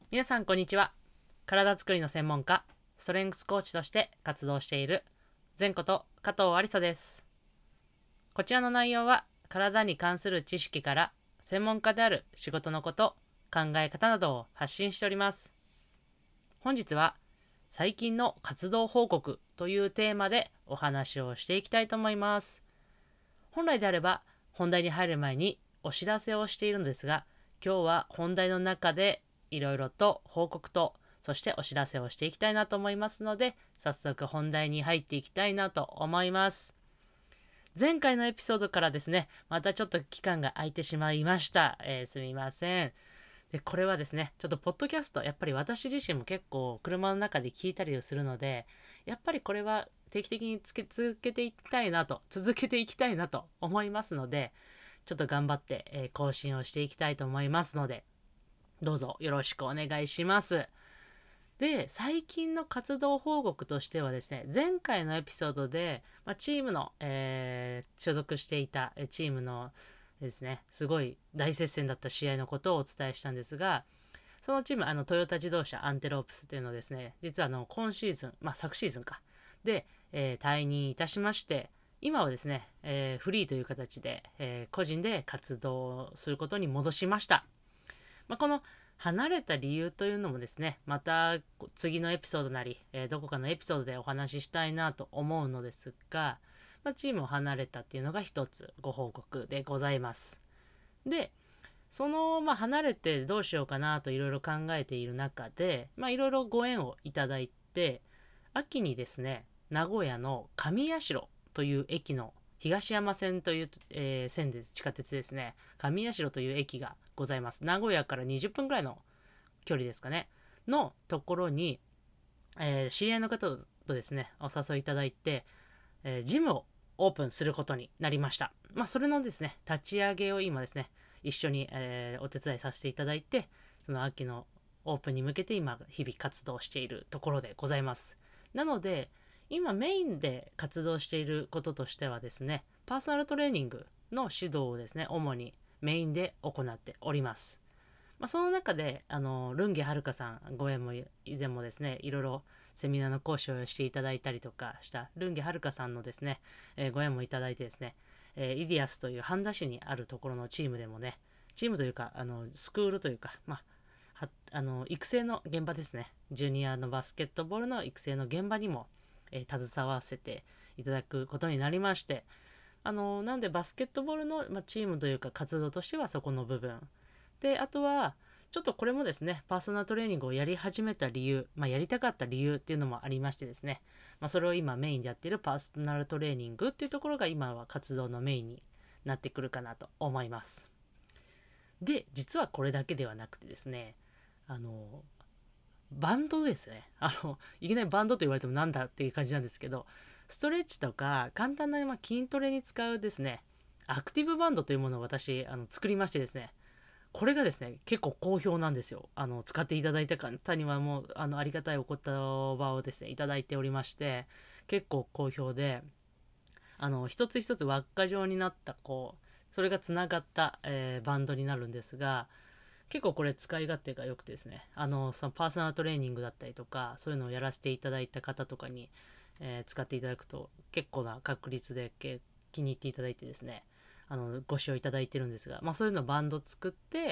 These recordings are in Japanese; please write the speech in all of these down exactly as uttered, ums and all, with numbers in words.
皆さんこんにちは。体づくりの専門家、ストレングスコーチとして活動している前こと加藤ありさです。こちらの内容は体に関する知識から専門家である仕事のこと、考え方などを発信しております。本日は最近の活動報告というテーマでお話をしていきたいと思います。本来であれば本題に入る前にお知らせをしているのですが、今日は本題の中でいろいろと報告とそしてお知らせをしていきたいなと思いますので、早速本題に入っていきたいなと思います。前回のエピソードからですね、またちょっと期間が空いてしまいました。えーすみません。で、これはですね、ちょっとポッドキャスト、やっぱり私自身も結構車の中で聞いたりをするので、やっぱりこれは定期的につけ続けていきたいなと、続けていきたいなと思いますので、ちょっと頑張って、えー更新をしていきたいと思いますので、どうぞよろしくお願いします。で、最近の活動報告としてはですね、前回のエピソードで、まあ、チームの、えー所属していたチームのですね、すごい大接戦だった試合のことをお伝えしたんですが、そのチーム、あのトヨタ自動車アンテロープスっていうのをですね、実はあの今シーズン、まあ昨シーズンか、で、えー退任いたしまして、今はですね、えーフリーという形で、えー個人で活動することに戻しました。まあ、この離れた理由というのもですね、また次のエピソードなり、えーどこかのエピソードでお話ししたいなと思うのですが、まあ、チームを離れたっていうのが一つご報告でございます。で、その、まあ、離れてどうしようかなといろいろ考えている中で、まあ、いろいろご縁をいただいて、秋にですね、名古屋の上社という駅の東山線という、えー線で地下鉄ですね、上社という駅がございます。名古屋からにじゅっぷんぐらいの距離ですかね、のところに、えー知り合いの方とですね、お誘いいただいて、えージムをオープンすることになりました。まあ、それのですね、立ち上げを今ですね、一緒に、えーお手伝いさせていただいて、その秋のオープンに向けて今、日々活動しているところでございます。なので、今メインで活動していることとしてはですね、パーソナルトレーニングの指導をですね、主にメインで行っております。まあ、その中で、あの、ルンゲはるかさん、ご縁も以前もですね、いろいろセミナーの講師をしていただいたりとかしたルンゲはるかさんのですね、えーご縁もいただいてですね、えーイディアスという半田市にあるところのチームでもね、チームというか、あの、スクールというか、まあ、はあの育成の現場ですね、ジュニアのバスケットボールの育成の現場にも、えー携わせていただくことになりまして、あのなんでバスケットボールの、まあ、チームというか活動としてはそこの部分で、あとはちょっとこれもですね、パーソナルトレーニングをやり始めた理由、まあ、やりたかった理由っていうのもありましてですね、まあ、それを今メインでやっているパーソナルトレーニングっていうところが今は活動のメインになってくるかなと思います。で、実はこれだけではなくてですね、あのバンドですね。あの、いきなりバンドと言われてもなんだっていう感じなんですけど、ストレッチとか簡単な、まあ、筋トレに使うですね、アクティブバンドというものを私、あの作りましてですね、これがですね、結構好評なんですよ。あの、使っていただいた方にはもう、あの、ありがたいお言葉をですね、いただいておりまして、結構好評で、あの、一つ一つ輪っか状になった、こう、それがつながった、えーバンドになるんですが、結構これ使い勝手が良くてですね、あの、そのパーソナルトレーニングだったりとか、そういうのをやらせていただいた方とかに、えー使っていただくと結構な確率でけ気に入っていただいてですね、あの、ご使用いただいてるんですが、まあそういうのをバンド作って、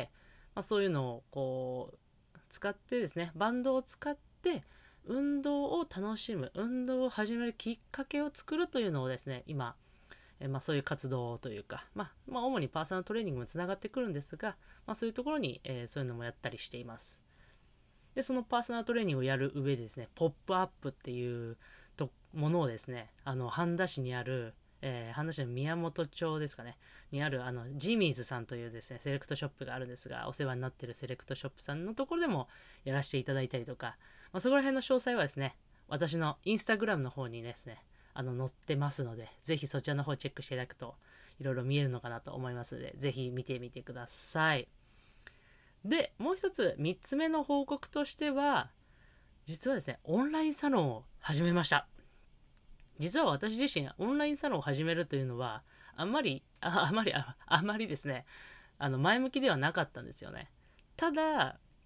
まあそういうのをこう、使ってですね、バンドを使って運動を楽しむ、運動を始めるきっかけを作るというのをですね、今、えまあ、そういう活動というか、まあ、まあ、主にパーソナルトレーニングもつながってくるんですが、まあ、そういうところに、えーそういうのもやったりしています。で、そのパーソナルトレーニングをやる上でですね、ポップアップっていうとものをですね、あの、半田市にある、えー、半田市の宮本町ですかね、にある、あの、ジミーズさんというですね、セレクトショップがあるんですが、お世話になっているセレクトショップさんのところでもやらせていただいたりとか、まあ、そこら辺の詳細はですね、私のインスタグラムの方にですね、あの、載ってますので、ぜひそちらの方チェックしていただくと、いろいろ見えるのかなと思いますので、ぜひ見てみてください。で、もう一つ、三つ目の報告としては、実はですね、オンラインサロンを始めました。実は私自身、オンラインサロンを始めるというのは、あんまり、ああまり、ああまりですね、あの、前向きではなかったんですよね。ただ、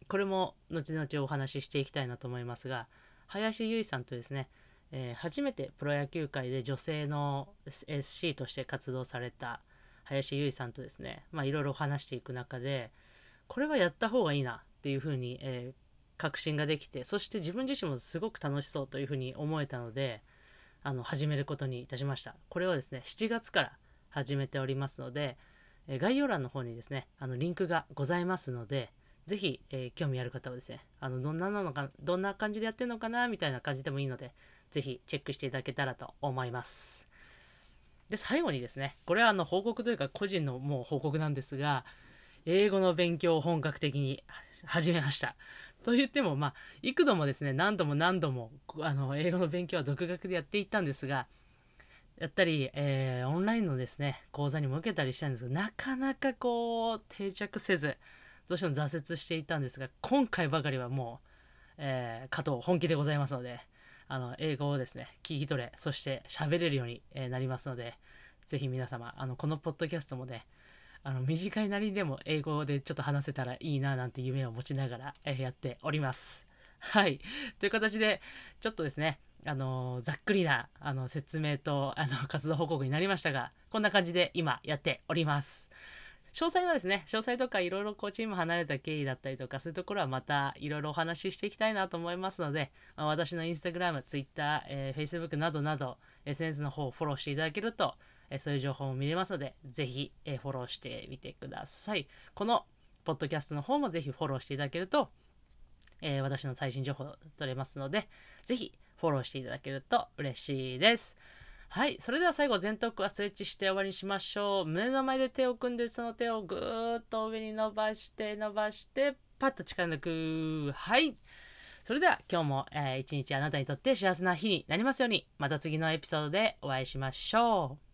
これも後々お話ししていきたいなと思いますが、林結衣さんとですね、えー初めてプロ野球界で女性の エスシー として活動された林結衣さんとですね、まあいろいろ話していく中で、これはやった方がいいなっていうふうに、えー確信ができて、そして自分自身もすごく楽しそうというふうに思えたので、あの始めることにいたしました。これをですね、しちがつから始めておりますので、えー概要欄の方にですね、あのリンクがございますので、ぜひ、えー興味ある方はですね、あのどんななのか、どんな感じでやってるのかなみたいな感じでもいいので、ぜひチェックしていただけたらと思います。で、最後にですね、これはあの報告というか個人のもう報告なんですが、英語の勉強を本格的に始めました。と言っても、まあ、幾度もですね、何度も何度もあの英語の勉強は独学でやっていったんですが、やったり、えーオンラインのですね、講座にも受けたりしたんですが、なかなかこう、定着せず、どうしても挫折していたんですが、今回ばかりはもう、えー、加藤本気でございますので、あの、英語をですね、聞き取れ、そして喋れるように、えーなりますので、ぜひ皆様、あの、このポッドキャストもね、あの、短いなりにでも英語でちょっと話せたらいいななんて夢を持ちながら、えーやっております。はい。という形で、ちょっとですね、あのーざっくりなあの説明とあの活動報告になりましたが、こんな感じで今やっております。詳細はですね、詳細とかいろいろこうチーム離れた経緯だったりとか、そういうところはまたいろいろお話ししていきたいなと思いますので、まあ私のインスタグラム、ツイッター、えー、Facebook などなど エスエヌエス の方をフォローしていただけると、えーそういう情報も見れますので、ぜひ、えーフォローしてみてください。このポッドキャストの方もぜひフォローしていただけると、えー私の最新情報取れますので、ぜひフォローしていただけると嬉しいです。はい。それでは最後、前頭腔はストレッチして終わりにしましょう。胸の前で手を組んで、その手をぐーっと上に伸ばして、伸ばして、パッと力抜く。はい。それでは今日も、えー一日あなたにとって幸せな日になりますように、また次のエピソードでお会いしましょう。